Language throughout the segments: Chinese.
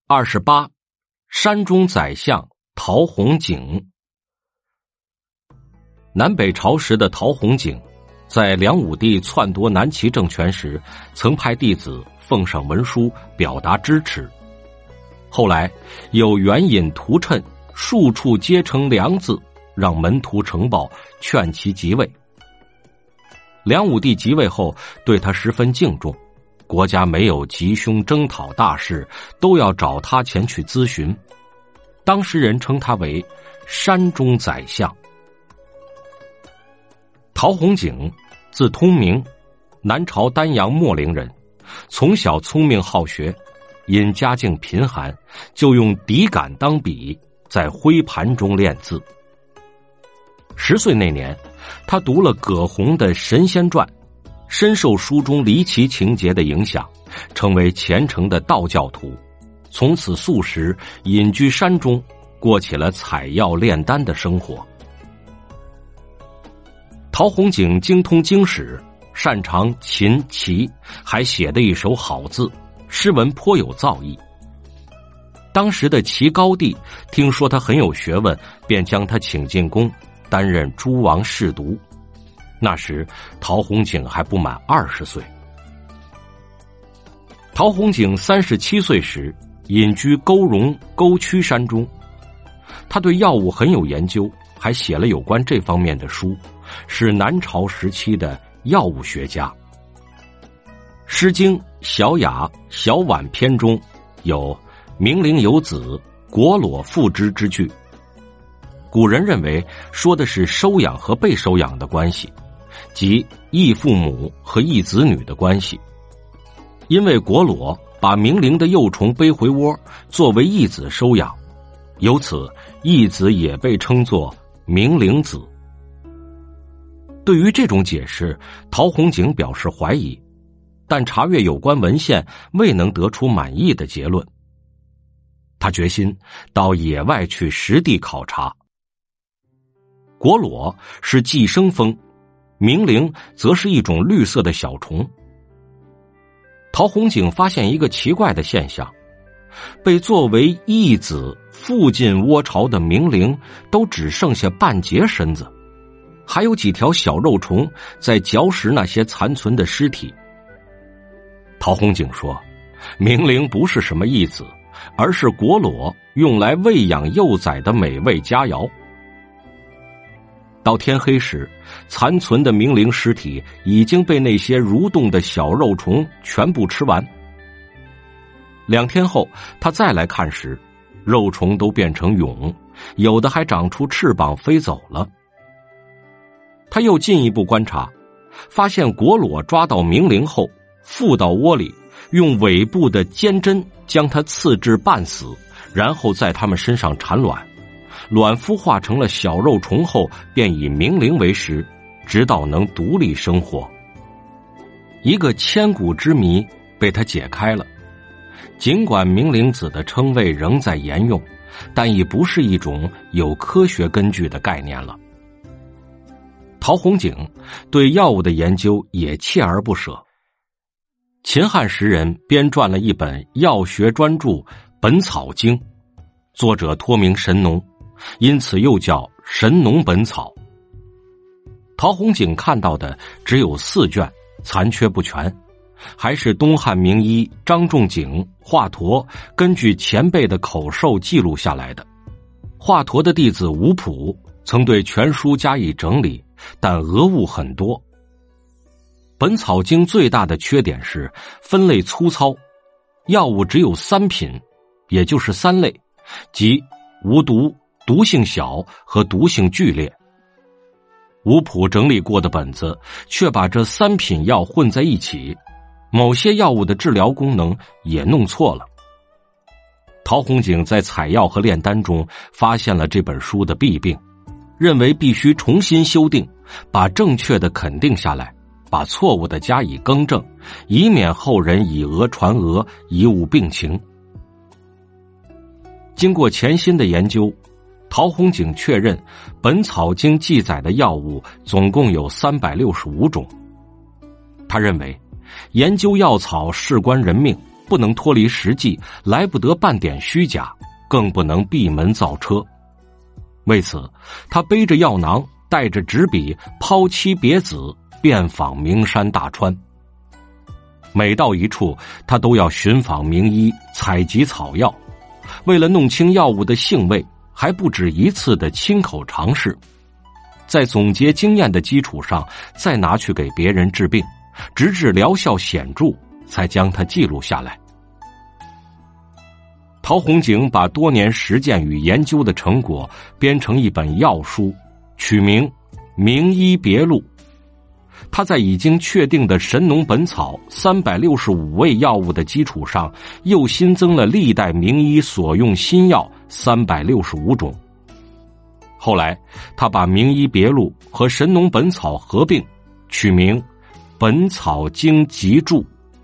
28. 山中宰相陶弘景。南北朝时的陶弘景，在梁武帝篡夺南齐政权时，曾派弟子奉上文书表达支持。后来有援引屠谶，数处皆成良字，让门徒呈报，劝其即位。梁武帝即位后，对他十分敬重，国家没有吉凶征讨大事，都要找他前去咨询。当时人称他为山中宰相。陶弘景，字通明，南朝丹阳秣陵人，从小聪明好学，因家境贫寒，就用底杆当笔，在灰盘中练字。10岁那年，他读了葛洪的《神仙传》，深受书中离奇情节的影响，成为虔诚的道教徒，从此素食，隐居山中，过起了采药炼丹的生活。陶弘景精通经史，擅长琴棋，还写得一手好字，诗文颇有造诣。当时的齐高帝听说他很有学问，便将他请进宫，担任诸王侍读。那时陶弘景还不满20岁。陶弘景37岁时，隐居沟荣沟曲山中。他对药物很有研究，还写了有关这方面的书，是南朝时期的药物学家。《诗经·小雅·小婉篇》中有明灵有子，果裸妇之之句。古人认为说的是收养和被收养的关系，即异父母和异子女的关系。因为果裸把明灵的幼虫背回窝，作为义子收养，由此义子也被称作明灵子。对于这种解释，陶弘景表示怀疑，但查阅有关文献未能得出满意的结论。他决心到野外去实地考察。果裸是寄生蜂，明灵则是一种绿色的小虫。陶弘景发现一个奇怪的现象，被作为义子附近窝巢的明灵都只剩下半截身子，还有几条小肉虫在嚼食那些残存的尸体。陶弘景说，明灵不是什么义子，而是果裸用来喂养幼崽的美味佳肴。到天黑时，残存的明灵尸体已经被那些蠕动的小肉虫全部吃完。2天后，他再来看时，肉虫都变成蛹，有的还长出翅膀飞走了。他又进一步观察，发现果裸抓到明灵后，附到窝里，用尾部的尖针将它刺至半死，然后在它们身上产卵。卵孵化成了小肉虫后，便以明灵为食，直到能独立生活。一个千古之谜被他解开了。尽管明灵子的称谓仍在沿用，但已不是一种有科学根据的概念了。陶弘景对药物的研究也锲而不舍。秦汉时人编撰了一本药学专著《本草经》，作者托名神农，因此又叫《神农本草》。陶弘景看到的只有4卷，残缺不全，还是东汉名医张仲景、华佗根据前辈的口授记录下来的。华佗的弟子吴普曾对全书加以整理，但讹误很多。本草经最大的缺点是分类粗糙，药物只有3品，也就是3类，即无毒、毒性小和毒性剧烈。吴普整理过的本子却把这3品药混在一起，某些药物的治疗功能也弄错了。陶弘景在采药和炼丹中发现了这本书的弊病，认为必须重新修订，把正确的肯定下来，把错误的加以更正，以免后人以讹传讹，贻误病情。经过潜心的研究，陶弘景确认《本草经》记载的药物总共有365种。他认为研究药草事关人命， 不能脱离实际，来不得半点虚假，更不能闭门造车。为此，他背着药囊，带着纸笔，抛妻别子，遍访名山大川。每到一处，他都要寻访名医，采集草药，为了弄清药物的性味，还不止一次的亲口尝试，在总结经验的基础上，再拿去给别人治病，直至疗效显著，才将它记录下来。陶弘景把多年实践与研究的成果编成一本药书，取名《名医别录》。他在已经确定的《神农本草》365味药物的基础上，又新增了历代名医所用新药365种。后来，他把《名医别录》和《神农本草》合并，取名《本草经集注》。《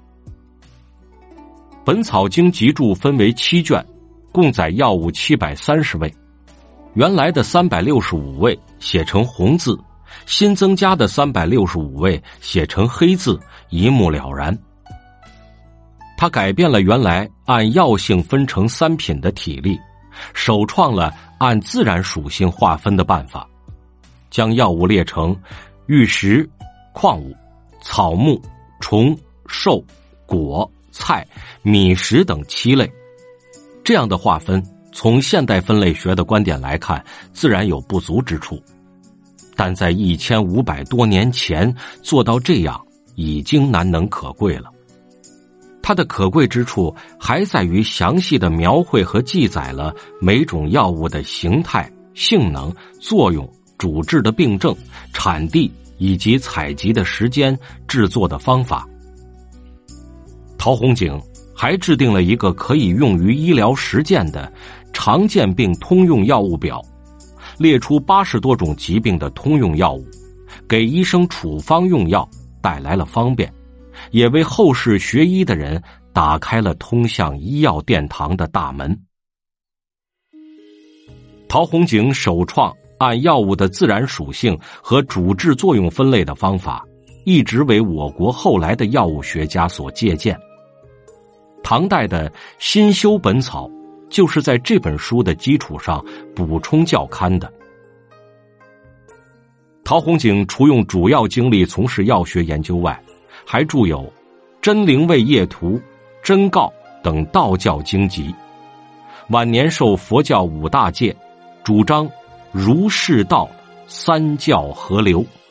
本草经集注》分为7卷，共载药物730味。原来的365味写成红字，新增加的365味写成黑字，一目了然。他改变了原来按药性分成3品的体例，首创了按自然属性划分的办法，将药物列成玉石、矿物、草木、虫、兽、果、菜、米食等7类。这样的划分，从现代分类学的观点来看，自然有不足之处，但在1500多年前做到这样，已经难能可贵了。它的可贵之处还在于详细的描绘和记载了每种药物的形态、性能、作用、主治的病症、产地以及采集的时间、制作的方法。陶弘景还制定了一个可以用于医疗实践的常见病通用药物表，列出80多种疾病的通用药物，给医生处方用药带来了方便，也为后世学医的人打开了通向医药殿堂的大门。陶弘景首创按药物的自然属性和主治作用分类的方法，一直为我国后来的药物学家所借鉴。唐代的新修本草就是在这本书的基础上补充校勘的。陶弘景除用主要精力从事药学研究外，还著有《真灵位业图》《真告》等道教经籍。晚年受佛教5大戒，主张儒释道3教合流。